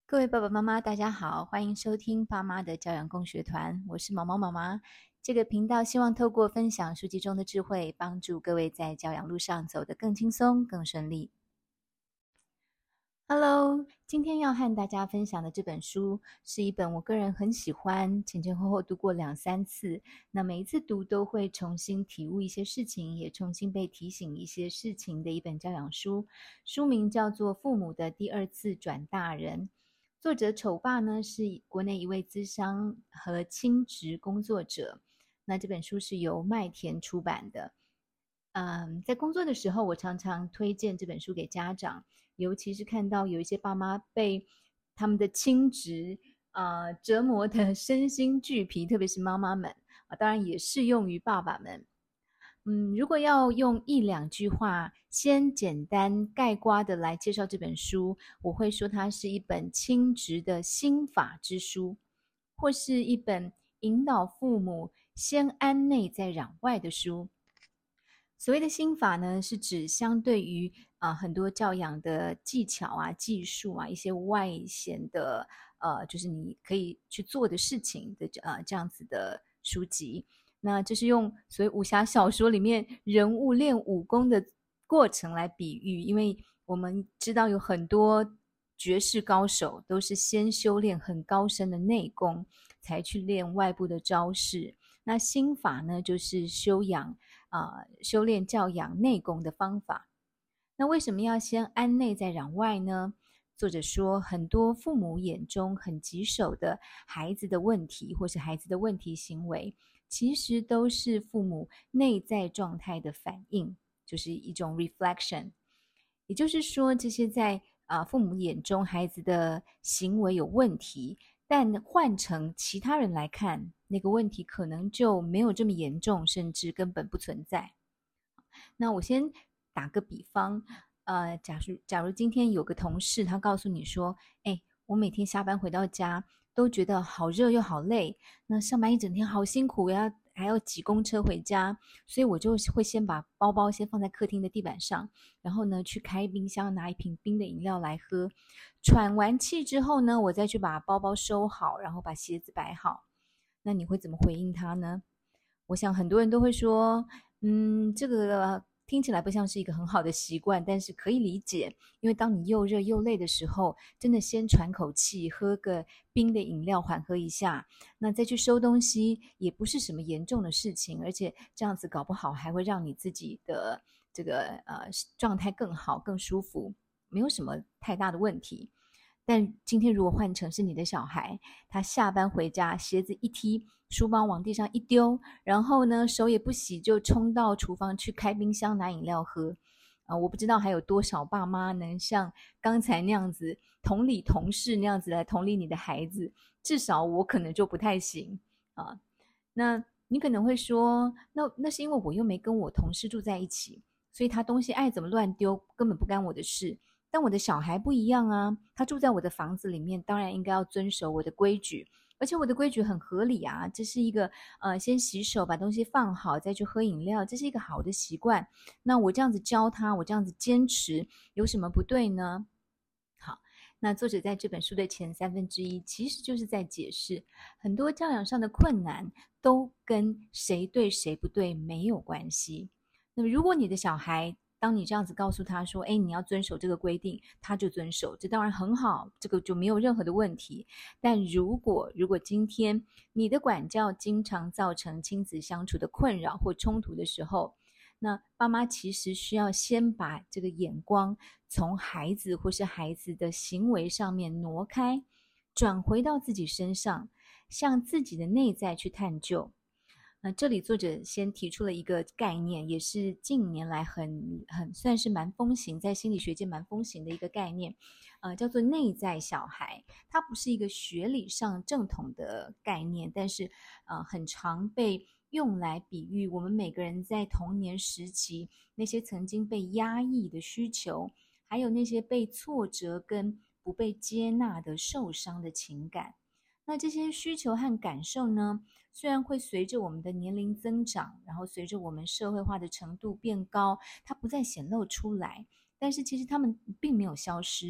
各位爸爸妈妈，大家好，欢迎收听爸妈的教养共学团，我是毛毛妈妈。这个频道希望透过分享书籍中的智慧，帮助各位在教养路上走得更轻松、更顺利。Hello，今天要和大家分享的这本书是一本我个人很喜欢，前前后后读过2、3次，那每一次读都会重新体悟一些事情，也重新被提醒一些事情的一本教养书。书名叫做《父母的第二次转大人》，作者丑爸呢是国内一位咨商和亲职工作者。那这本书是由麦田出版的。在工作的时候，我常常推荐这本书给家长，尤其是看到有一些爸妈被他们的亲职折磨的身心俱疲，特别是妈妈们当然也适用于爸爸们。如果要用1、2句话先简单概括的来介绍这本书，我会说它是一本亲职的心法之书，或是一本引导父母先安内再攘外的书。所谓的心法呢，是指相对于很多教养的技巧啊、技术啊，一些外显的就是你可以去做的事情的这样子的书籍。那这是用所谓武侠小说里面人物练武功的过程来比喻，因为我们知道有很多绝世高手都是先修炼很高深的内功，才去练外部的招式。那心法呢，就是修炼教养内功的方法。那为什么要先安内再攘外呢？作者说，很多父母眼中很棘手的孩子的问题，或是孩子的问题行为，其实都是父母内在状态的反应，就是一种 reflection。也就是说，这些在父母眼中孩子的行为有问题，但换成其他人来看，那个问题可能就没有这么严重，甚至根本不存在。那我先打个比方，假如今天有个同事，他告诉你说，我每天下班回到家都觉得好热又好累，那上班一整天好辛苦，还要挤公车回家，所以我就会先把包包先放在客厅的地板上，然后呢去开冰箱拿一瓶冰的饮料来喝，喘完气之后呢，我再去把包包收好，然后把鞋子摆好。那你会怎么回应他呢？我想很多人都会说，这个听起来不像是一个很好的习惯，但是可以理解，因为当你又热又累的时候，真的先喘口气，喝个冰的饮料缓和一下，那再去收东西也不是什么严重的事情，而且这样子搞不好还会让你自己的这个状态更好、更舒服，没有什么太大的问题。但今天如果换成是你的小孩，他下班回家，鞋子一踢，书包往地上一丢，然后呢，手也不洗就冲到厨房去开冰箱拿饮料喝。我不知道还有多少爸妈能像刚才那样子同理同事那样子来同理你的孩子，至少我可能就不太行啊。那你可能会说，那是因为我又没跟我同事住在一起，所以他东西爱怎么乱丢，根本不干我的事。但我的小孩不一样啊，他住在我的房子里面，当然应该要遵守我的规矩，而且我的规矩很合理啊。这是一个先洗手，把东西放好，再去喝饮料，这是一个好的习惯。那我这样子教他，我这样子坚持，有什么不对呢？好，那作者在这本书的前1/3，其实就是在解释很多教养上的困难都跟谁对谁不对没有关系。那么如果你的小孩当你这样子告诉他说，你要遵守这个规定，他就遵守，这当然很好，这个就没有任何的问题。但如果今天你的管教经常造成亲子相处的困扰或冲突的时候，那爸妈其实需要先把这个眼光从孩子或是孩子的行为上面挪开，转回到自己身上，向自己的内在去探究。那这里作者先提出了一个概念，也是近年来很算是蛮风行，在心理学界蛮风行的一个概念，叫做内在小孩。它不是一个学理上正统的概念，但是很常被用来比喻我们每个人在童年时期那些曾经被压抑的需求，还有那些被挫折跟不被接纳的受伤的情感。那这些需求和感受呢，虽然会随着我们的年龄增长，然后随着我们社会化的程度变高，它不再显露出来，但是其实它们并没有消失，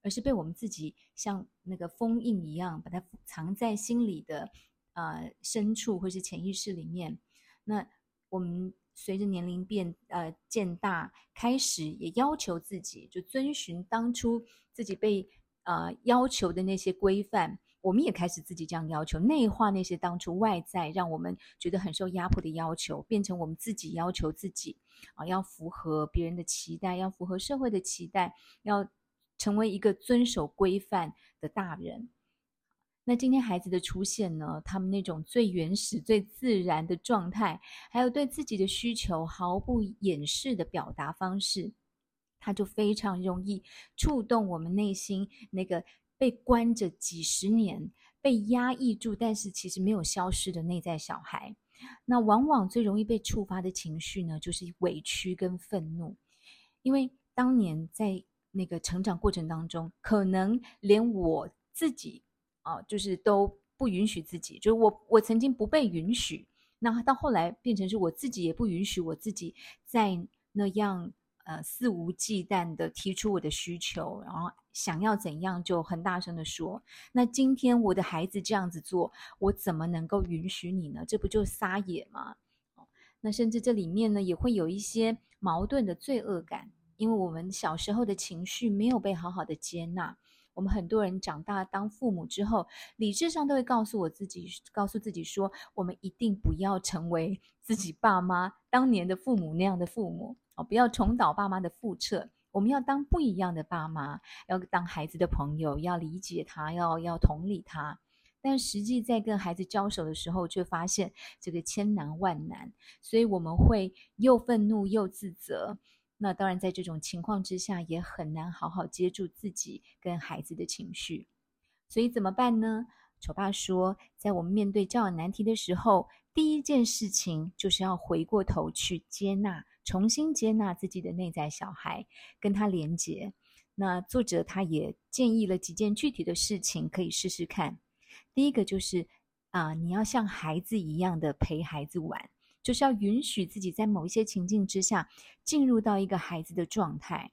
而是被我们自己像那个封印一样，把它藏在心里的深处或是潜意识里面。那我们随着年龄渐大，开始也要求自己，就遵循当初自己被要求的那些规范。我们也开始自己这样要求，内化那些当初外在让我们觉得很受压迫的要求，变成我们自己要求自己要符合别人的期待，要符合社会的期待，要成为一个遵守规范的大人。那今天孩子的出现呢，他们那种最原始最自然的状态，还有对自己的需求毫不掩饰的表达方式，他就非常容易触动我们内心那个被关着几十年被压抑住但是其实没有消失的内在小孩。那往往最容易被触发的情绪呢，就是委屈跟愤怒。因为当年在那个成长过程当中，可能连我自己就是都不允许自己，就是我曾经不被允许，那到后来变成是我自己也不允许我自己在那样肆无忌惮的提出我的需求，然后想要怎样就很大声的说。那今天我的孩子这样子做，我怎么能够允许你呢？这不就撒野吗？那甚至这里面呢也会有一些矛盾的罪恶感，因为我们小时候的情绪没有被好好的接纳。我们很多人长大当父母之后，理智上都会告诉自己说，我们一定不要成为自己爸妈当年的父母那样的父母，不要重蹈爸妈的覆辙。我们要当不一样的爸妈，要当孩子的朋友，要理解他，要同理他。但实际在跟孩子交手的时候，却发现这个千难万难，所以我们会又愤怒又自责。那当然在这种情况之下，也很难好好接住自己跟孩子的情绪。所以怎么办呢？丑爸说，在我们面对教养难题的时候，第一件事情就是要回过头去接纳，重新接纳自己的内在小孩，跟他连结。那作者他也建议了几件具体的事情可以试试看。第一个就是你要像孩子一样的陪孩子玩，就是要允许自己在某一些情境之下进入到一个孩子的状态，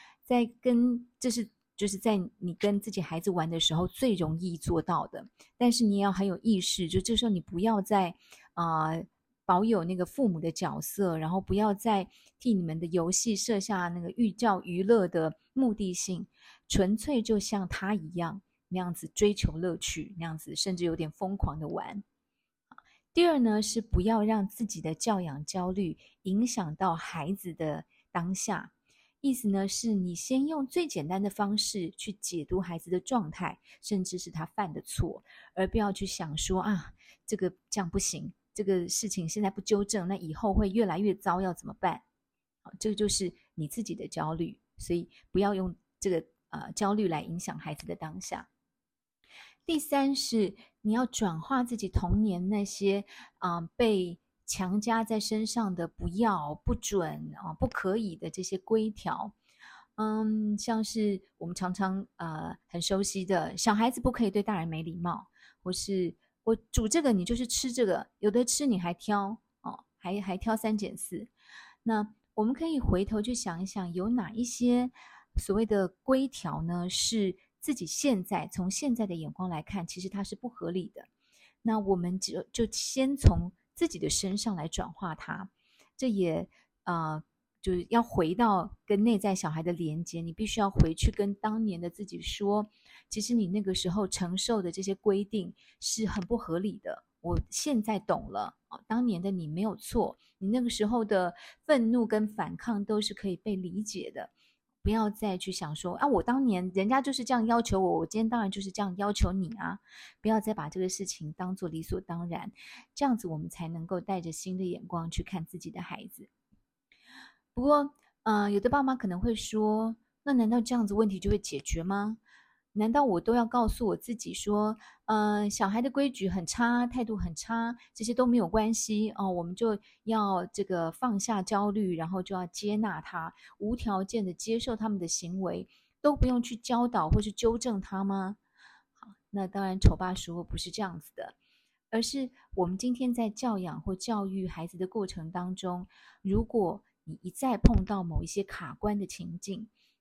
就是在你跟自己孩子玩的时候最容易做到的。但是你也要很有意识，就这时候你不要再保有那个父母的角色，然后不要再替你们的游戏设下那个寓教于乐的目的性，纯粹就像他一样那样子追求乐趣，那样子甚至有点疯狂的玩。第二呢，是不要让自己的教养焦虑影响到孩子的当下。意思呢，是你先用最简单的方式去解读孩子的状态，甚至是他犯的错，而不要去想说这个这样不行，这个事情现在不纠正，那以后会越来越糟，要怎么办？这个就是你自己的焦虑，所以不要用这个焦虑来影响孩子的当下。第三是你要转化自己童年那些被强加在身上的不要、不准不可以的这些规条。像是我们常常很熟悉的，小孩子不可以对大人没礼貌，或是我煮这个你就是吃这个，有的吃你还挑还挑三拣四。那我们可以回头去想一想，有哪一些所谓的规条呢，是自己从现在的眼光来看，其实它是不合理的。那我们就先从自己的身上来转化它。这也就是要回到跟内在小孩的连接，你必须要回去跟当年的自己说，其实你那个时候承受的这些规定是很不合理的。我现在懂了当年的你没有错，你那个时候的愤怒跟反抗都是可以被理解的。不要再去想说我当年人家就是这样要求我，我今天当然就是这样要求你啊！不要再把这个事情当作理所当然，这样子我们才能够带着新的眼光去看自己的孩子。不过有的爸妈可能会说，那难道这样子问题就会解决吗？难道我都要告诉我自己说小孩的规矩很差，态度很差，这些都没有关系我们就要这个放下焦虑，然后就要接纳他，无条件的接受他们的行为，都不用去教导或是纠正他吗？好，那当然丑爸说不是这样子的，而是我们今天在教养或教育孩子的过程当中，如果你一再碰到某一些卡关的情境，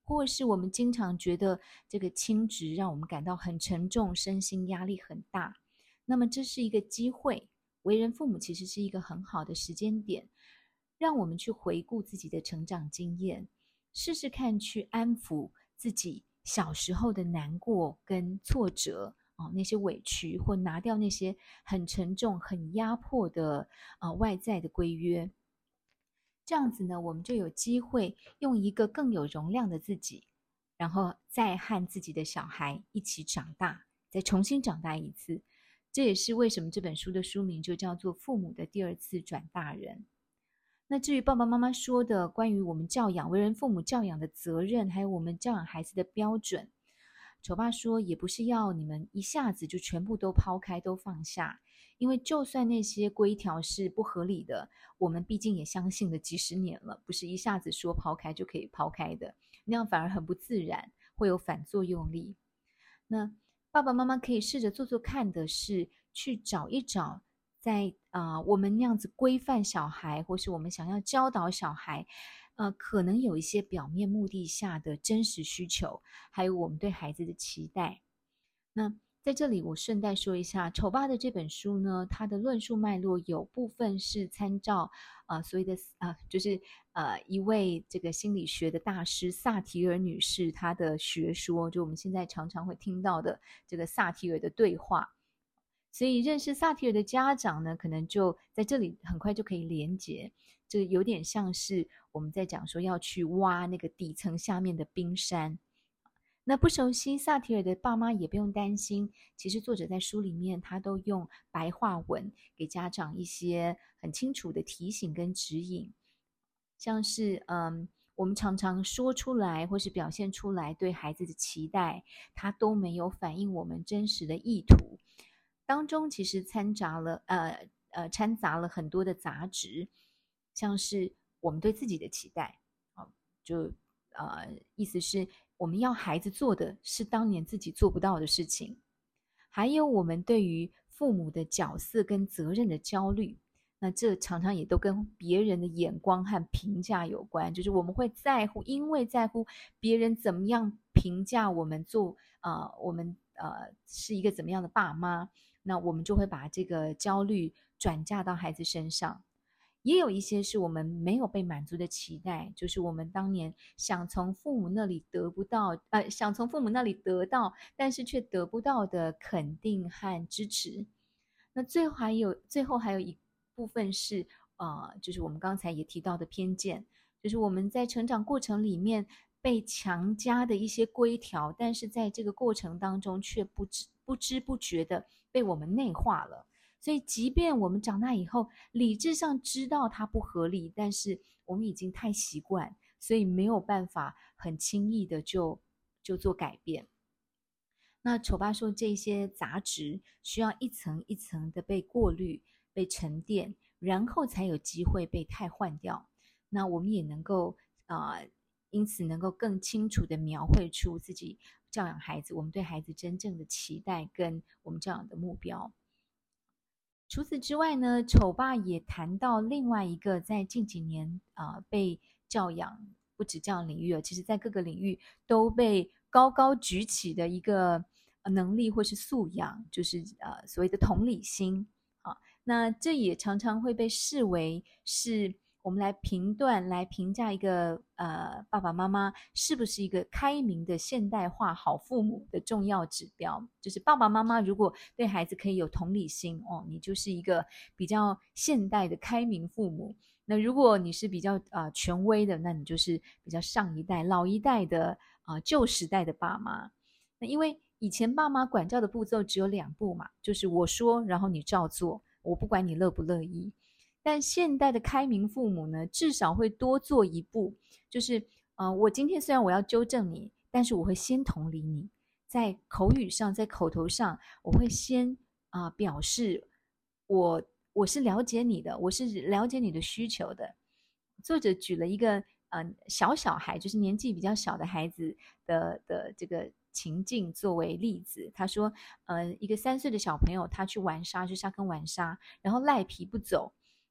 或是我们经常觉得这个亲职让我们感到很沉重，身心压力很大，那么这是一个机会，为人父母其实是一个很好的时间点，让我们去回顾自己的成长经验，试试看去安抚自己小时候的难过跟挫折，那些委屈，或拿掉那些很沉重很压迫的外在的规约。这样子呢，我们就有机会用一个更有容量的自己，然后再和自己的小孩一起长大，再重新长大一次。这也是为什么这本书的书名就叫做《父母的第二次转大人》。那至于爸爸妈妈说的关于我们教养、为人父母教养的责任，还有我们教养孩子的标准，丑爸说也不是要你们一下子就全部都抛开、都放下，因为就算那些规条是不合理的，我们毕竟也相信了几十年了，不是一下子说抛开就可以抛开的，那样反而很不自然，会有反作用力。那爸爸妈妈可以试着做做看的是，去找一找在我们那样子规范小孩，或是我们想要教导小孩，可能有一些表面目的下的真实需求，还有我们对孩子的期待。那在这里我顺带说一下，丑爸的这本书呢，它的论述脉络有部分是参照所谓的就是一位这个心理学的大师萨提尔女士她的学说，就我们现在常常会听到的这个萨提尔的对话。所以认识萨提尔的家长呢，可能就在这里很快就可以连结，这有点像是我们在讲说要去挖那个底层下面的冰山。那不熟悉萨提尔的爸妈也不用担心，其实作者在书里面他都用白话文给家长一些很清楚的提醒跟指引，像是我们常常说出来或是表现出来对孩子的期待，他都没有反映我们真实的意图，当中其实掺杂了很多的杂质，像是我们对自己的期待，就意思是我们要孩子做的是当年自己做不到的事情，还有我们对于父母的角色跟责任的焦虑，那这常常也都跟别人的眼光和评价有关，就是我们会在乎，因为在乎别人怎么样评价我们我们是一个怎么样的爸妈，那我们就会把这个焦虑转嫁到孩子身上。也有一些是我们没有被满足的期待，就是我们当年想从父母那里想从父母那里得到，但是却得不到的肯定和支持。那最后还有一部分是就是我们刚才也提到的偏见，就是我们在成长过程里面被强加的一些规条，但是在这个过程当中却不知不觉的被我们内化了。所以即便我们长大以后理智上知道它不合理，但是我们已经太习惯，所以没有办法很轻易的就做改变。那丑爸说这些杂质需要一层一层的被过滤、被沉淀，然后才有机会被汰换掉。那我们也能够因此能够更清楚的描绘出自己教养孩子，我们对孩子真正的期待跟我们教养的目标。除此之外呢，丑爸也谈到另外一个在近几年被教养，不止教养领域其实在各个领域都被高高举起的一个能力或是素养，就是所谓的同理心。那这也常常会被视为是我们来评断、来评价一个爸爸妈妈是不是一个开明的现代化好父母的重要指标。就是爸爸妈妈如果对孩子可以有同理心你就是一个比较现代的开明父母。那如果你是比较权威的，那你就是比较上一代、老一代的旧时代的爸妈。那因为以前爸妈管教的步骤只有2步嘛，就是我说，然后你照做，我不管你乐不乐意。但现代的开明父母呢，至少会多做一步，就是我今天虽然我要纠正你，但是我会先同理你，在口语上，在口头上，我会先表示我是了解你的，我是了解你的需求的。作者举了一个小孩，就是年纪比较小的孩子的这个情境作为例子。他说一个3岁的小朋友他去玩沙，去沙坑玩沙，然后赖皮不走，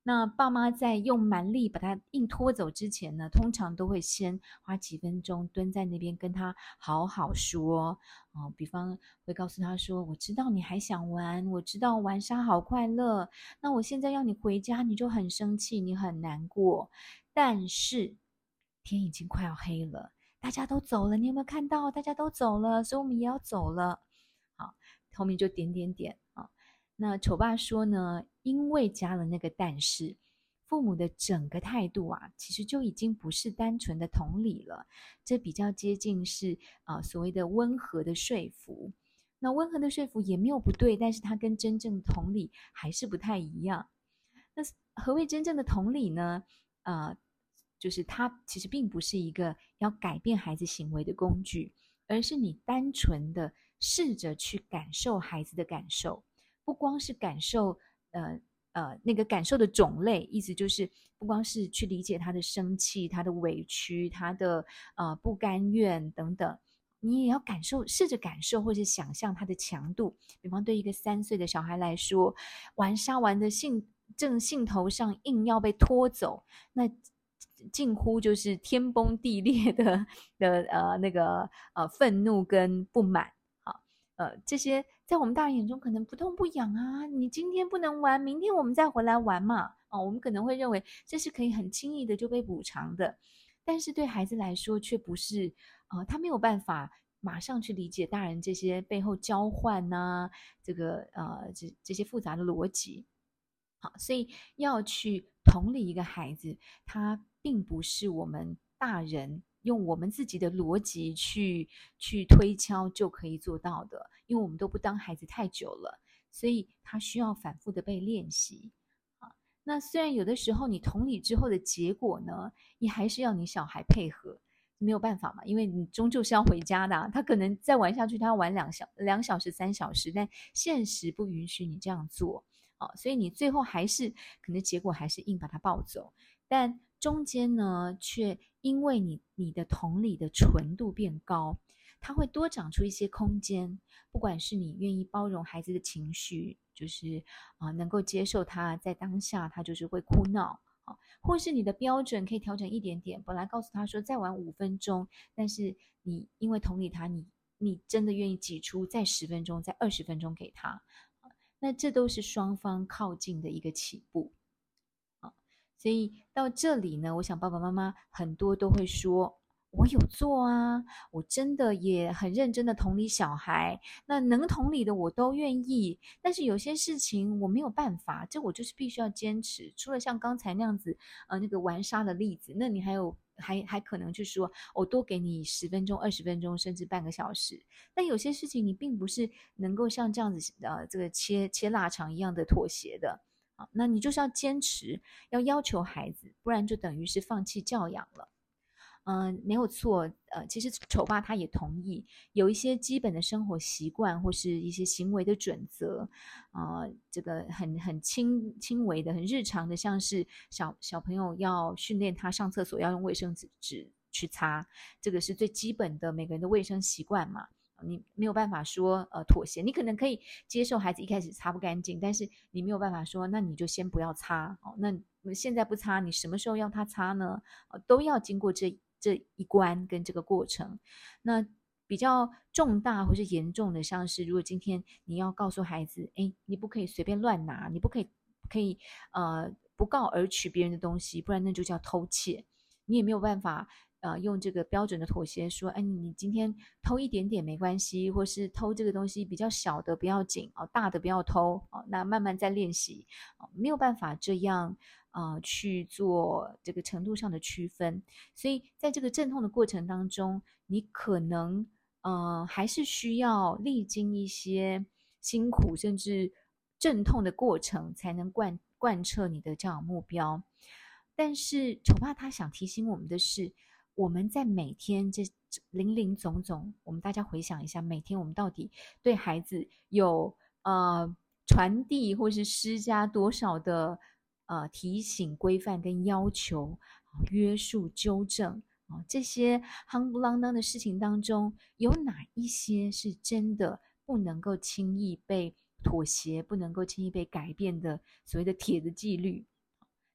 那爸妈在用蛮力把他硬拖走之前呢，通常都会先花几分钟蹲在那边跟他好好说比方会告诉他说：“我知道你还想玩，我知道玩沙好快乐，那我现在要你回家，你就很生气，你很难过。但是天已经快要黑了，大家都走了，你有没有看到？大家都走了，所以我们也要走了。”好，后面就点点点啊。那丑爸说呢，因为加了那个但是，父母的整个态度啊，其实就已经不是单纯的同理了，这比较接近是所谓的温和的说服。那温和的说服也没有不对，但是它跟真正的同理还是不太一样。那何谓真正的同理呢？就是它其实并不是一个要改变孩子行为的工具，而是你单纯的试着去感受孩子的感受，不光是感受那个感受的种类，意思就是不光是去理解他的生气、他的委屈、他的不甘愿等等，你也要感受，试着感受或者想象他的强度。比方对一个3岁的小孩来说，玩沙玩的正兴头上，硬要被拖走，那近乎就是天崩地裂的那个愤怒跟不满。这些在我们大人眼中可能不痛不痒啊，你今天不能玩，明天我们再回来玩嘛。我们可能会认为这是可以很轻易的就被补偿的，但是对孩子来说却不是，他没有办法马上去理解大人这些背后交换啊，这个这些复杂的逻辑。好，所以要去同理一个孩子，他并不是我们大人用我们自己的逻辑去推敲就可以做到的，因为我们都不当孩子太久了，所以他需要反复的被练习。那虽然有的时候你同理之后的结果呢，你还是要你小孩配合，没有办法嘛，因为你终究是要回家的他可能再玩下去，他要玩2小时、3小时，但现实不允许你这样做。所以你最后还是可能结果还是硬把他抱走，但中间呢，却因为你的同理的纯度变高，它会多长出一些空间。不管是你愿意包容孩子的情绪，就是能够接受他在当下他就是会哭闹或是你的标准可以调整一点点，本来告诉他说再玩5分钟，但是你因为同理他，你真的愿意挤出再10分钟、再20分钟给他。那这都是双方靠近的一个起步所以到这里呢，我想爸爸妈妈很多都会说，我有做啊，我真的也很认真的同理小孩，那能同理的我都愿意，但是有些事情我没有办法，这我就是必须要坚持。除了像刚才那样子，那个玩沙的例子，那你还可能去说，我多给你10分钟、20分钟，甚至半个小时。但有些事情你并不是能够像这样子，这个切腊肠一样的妥协的。那你就是要坚持，要求孩子，不然就等于是放弃教养了。没有错。其实丑爸他也同意，有一些基本的生活习惯或是一些行为的准则，这个很轻微的、很日常的，像是小朋友要训练他上厕所要用卫生纸去擦，这个是最基本的每个人的卫生习惯嘛。你没有办法说妥协，你可能可以接受孩子一开始擦不干净，但是你没有办法说那你就先不要擦那现在不擦，你什么时候要他擦呢？都要经过这一关跟这个过程。那比较重大或是严重的，像是如果今天你要告诉孩子，你不可以随便乱拿，你不可以不告而取别人的东西，不然那就叫偷窃。你也没有办法用这个标准的妥协说，你今天偷一点点没关系，或是偷这个东西比较小的不要紧大的不要偷那慢慢再练习没有办法这样去做这个程度上的区分。所以在这个阵痛的过程当中，你可能还是需要历经一些辛苦甚至阵痛的过程，才能贯彻你的教养目标。但是丑爸他想提醒我们的是，我们在每天这林林总总，我们大家回想一下，每天我们到底对孩子有传递或是施加多少的提醒、规范跟要求、约束、纠正这些夯不啷当的事情当中，有哪一些是真的不能够轻易被妥协、不能够轻易被改变的所谓的铁的纪律？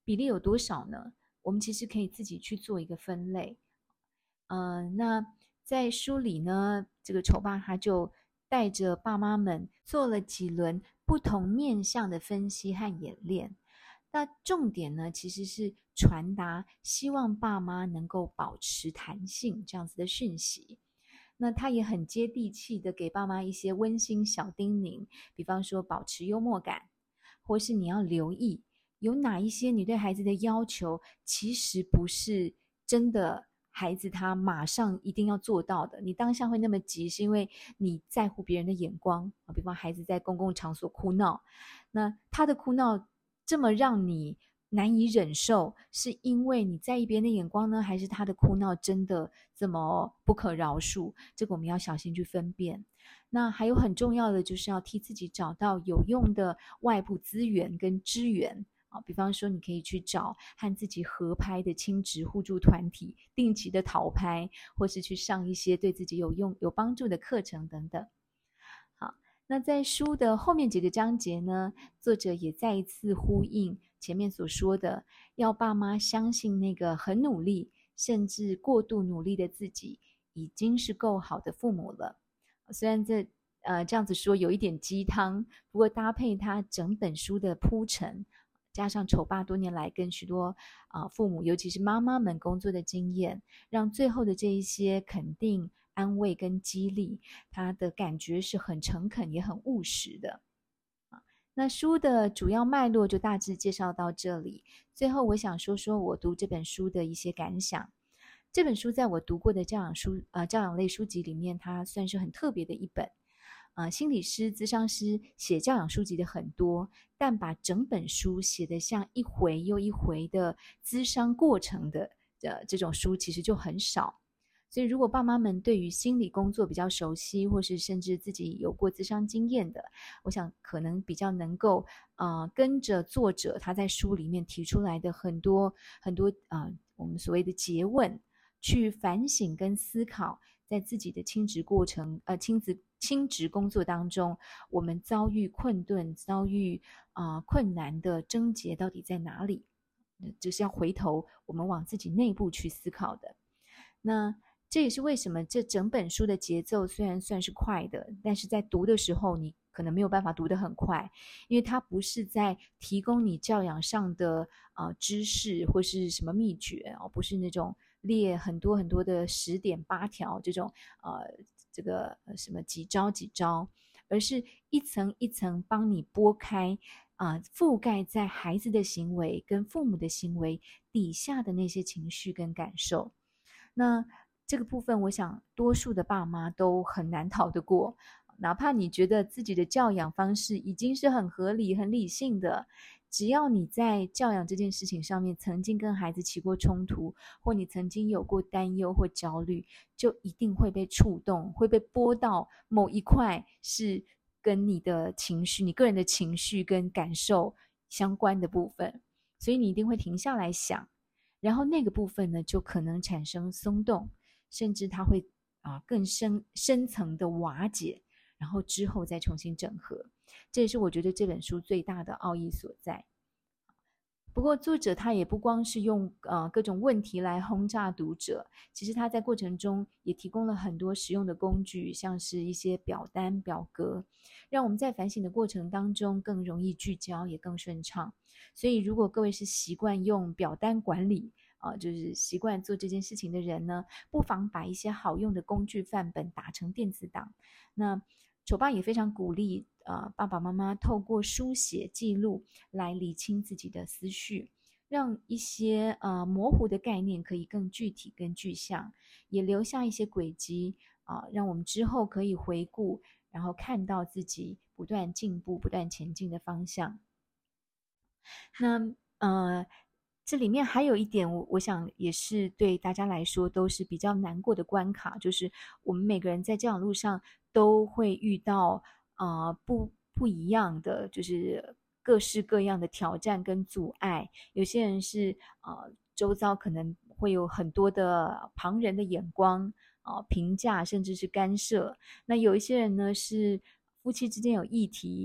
比例有多少呢？我们其实可以自己去做一个分类。那在书里呢，这个丑爸他就带着爸妈们做了几轮不同面向的分析和演练。那重点呢，其实是传达希望爸妈能够保持弹性这样子的讯息。那他也很接地气的给爸妈一些温馨小叮咛，比方说保持幽默感，或是你要留意有哪一些你对孩子的要求其实不是真的孩子他马上一定要做到的，你当下会那么急是因为你在乎别人的眼光，比方孩子在公共场所哭闹，那他的哭闹这么让你难以忍受，是因为你在意别人的眼光呢，还是他的哭闹真的这么不可饶恕？这个我们要小心去分辨。那还有很重要的就是要替自己找到有用的外部资源跟支援。比方说你可以去找和自己合拍的亲职互助团体，定期的讨拍，或是去上一些对自己有用有帮助的课程等等。好，那在书的后面几个章节呢，作者也再一次呼应前面所说的，要爸妈相信那个很努力甚至过度努力的自己已经是够好的父母了。虽然这样子说有一点鸡汤，不过搭配他整本书的铺陈，加上丑爸多年来跟许多父母尤其是妈妈们工作的经验，让最后的这一些肯定安慰跟激励，他的感觉是很诚恳也很务实的。那书的主要脉络就大致介绍到这里，最后我想说说我读这本书的一些感想。这本书在我读过的教养类书籍里面，它算是很特别的一本。心理师、咨商师写教养书籍的很多，但把整本书写得像一回又一回的咨商过程的这种书其实就很少。所以如果爸妈们对于心理工作比较熟悉，或是甚至自己有过咨商经验的，我想可能比较能够跟着作者他在书里面提出来的很多很多我们所谓的诘问，去反省跟思考，在自己的亲职工作当中，我们遭遇困顿、遭遇困难的症结到底在哪里？就是要回头我们往自己内部去思考的。那这也是为什么这整本书的节奏虽然算是快的，但是在读的时候你可能没有办法读得很快，因为它不是在提供你教养上的知识或是什么秘诀，不是那种列很多很多的10点8条这种这个什么几招几招，而是一层一层帮你拨开覆盖在孩子的行为跟父母的行为底下的那些情绪跟感受。那这个部分我想多数的爸妈都很难逃得过，哪怕你觉得自己的教养方式已经是很合理很理性的，只要你在教养这件事情上面曾经跟孩子起过冲突，或你曾经有过担忧或焦虑，就一定会被触动，会被拨到某一块是跟你的情绪，你个人的情绪跟感受相关的部分，所以你一定会停下来想，然后那个部分呢就可能产生松动，甚至它会更深层的瓦解，然后之后再重新整合。这也是我觉得这本书最大的奥义所在。不过作者他也不光是用各种问题来轰炸读者，其实他在过程中也提供了很多实用的工具，像是一些表单表格，让我们在反省的过程当中更容易聚焦也更顺畅。所以如果各位是习惯用表单管理就是习惯做这件事情的人呢，不妨把一些好用的工具范本打成电子档。那丑爸也非常鼓励爸爸妈妈透过书写记录来理清自己的思绪，让一些模糊的概念可以更具体更具象，也留下一些轨迹让我们之后可以回顾，然后看到自己不断进步不断前进的方向。那这里面还有一点我想也是对大家来说都是比较难过的关卡，就是我们每个人在教养路上都会遇到不一样的，就是各式各样的挑战跟阻碍。有些人是周遭可能会有很多的旁人的眼光评价甚至是干涉，那有一些人呢是夫妻之间有议题，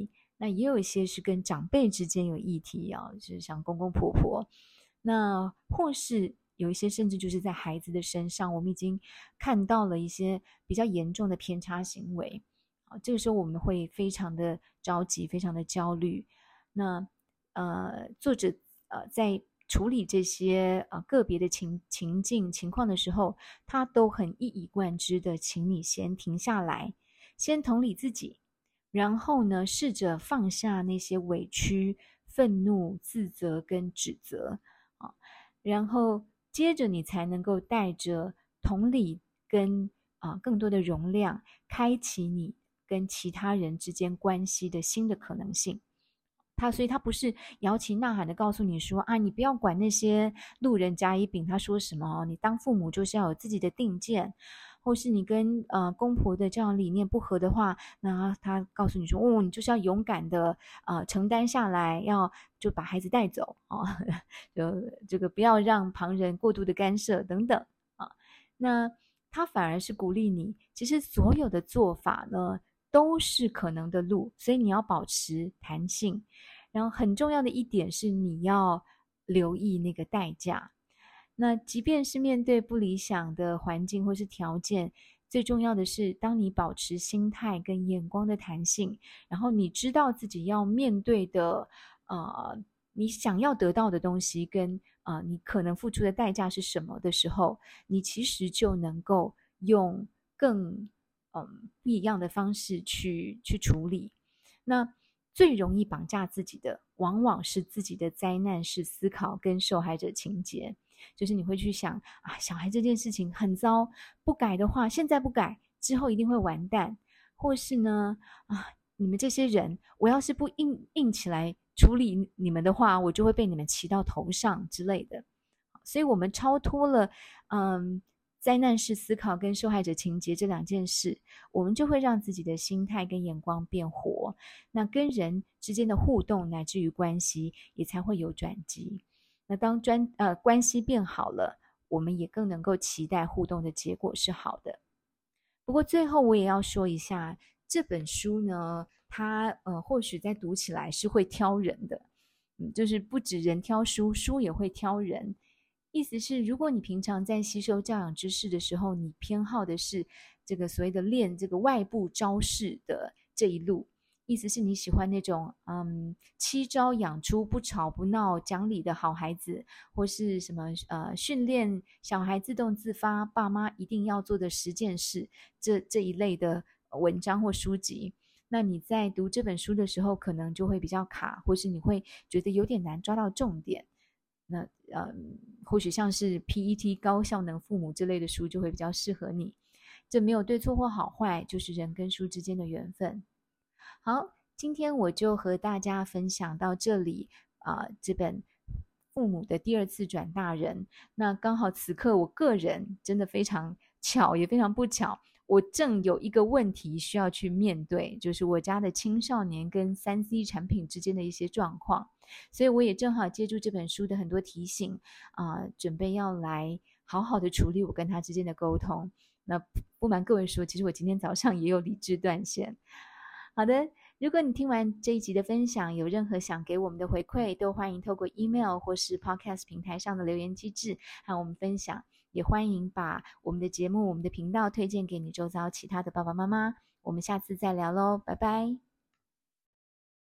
那也有一些是跟长辈之间有议题啊，就是像公公婆婆，那或是有一些甚至就是在孩子的身上，我们已经看到了一些比较严重的偏差行为，这个时候我们会非常的着急，非常的焦虑。那作者在处理这些个别的情境情况的时候，他都很一以贯之的，请你先停下来，先同理自己，然后呢，试着放下那些委屈、愤怒、自责跟指责啊，然后接着你才能够带着同理跟更多的容量，开启你跟其他人之间关系的新的可能性。所以他不是摇旗呐喊的告诉你说啊，你不要管那些路人甲乙丙他说什么，你当父母就是要有自己的定见，或是你跟公婆的这样理念不合的话，那他告诉你说，哦，你就是要勇敢的承担下来，就把孩子带走啊，就这个不要让旁人过度的干涉等等啊。那他反而是鼓励你，其实所有的做法呢都是可能的路，所以你要保持弹性。然后很重要的一点是你要留意那个代价。那即便是面对不理想的环境或是条件，最重要的是当你保持心态跟眼光的弹性，然后你知道自己要面对的你想要得到的东西跟你可能付出的代价是什么的时候，你其实就能够用更不一样的方式去处理。那最容易绑架自己的，往往是自己的灾难式思考跟受害者情节。就是你会去想啊，小孩这件事情很糟，不改的话，现在不改，之后一定会完蛋。或是呢，你们这些人，我要是不硬起来处理你们的话，我就会被你们骑到头上之类的。所以我们超脱了灾难式思考跟受害者情节这两件事，我们就会让自己的心态跟眼光变活，那跟人之间的互动乃至于关系也才会有转机。那当关系变好了，我们也更能够期待互动的结果是好的。不过最后我也要说一下，这本书呢，它或许在读起来是会挑人的，就是不止人挑书，书也会挑人。意思是，如果你平常在吸收教养知识的时候，你偏好的是这个所谓的练这个外部招式的这一路，意思是你喜欢那种七招养出不吵不闹讲理的好孩子，或是什么训练小孩自动自发，爸妈一定要做的10件事这一类的文章或书籍。那你在读这本书的时候，可能就会比较卡，或是你会觉得有点难抓到重点。那或许像是 PET 高效能父母之类的书就会比较适合你。这没有对错或好坏，就是人跟书之间的缘分。好，今天我就和大家分享到这里这本父母的第2次转大人。那刚好此刻我个人真的非常巧也非常不巧，我正有一个问题需要去面对，就是我家的青少年跟3C 产品之间的一些状况，所以我也正好借助这本书的很多提醒准备要来好好的处理我跟他之间的沟通。那不瞒各位说，其实我今天早上也有理智断线。好的，如果你听完这一集的分享，有任何想给我们的回馈，都欢迎透过 email 或是 podcast 平台上的留言机制和我们分享。也欢迎把我们的节目、我们的频道推荐给你周遭其他的爸爸妈妈。我们下次再聊咯，拜拜。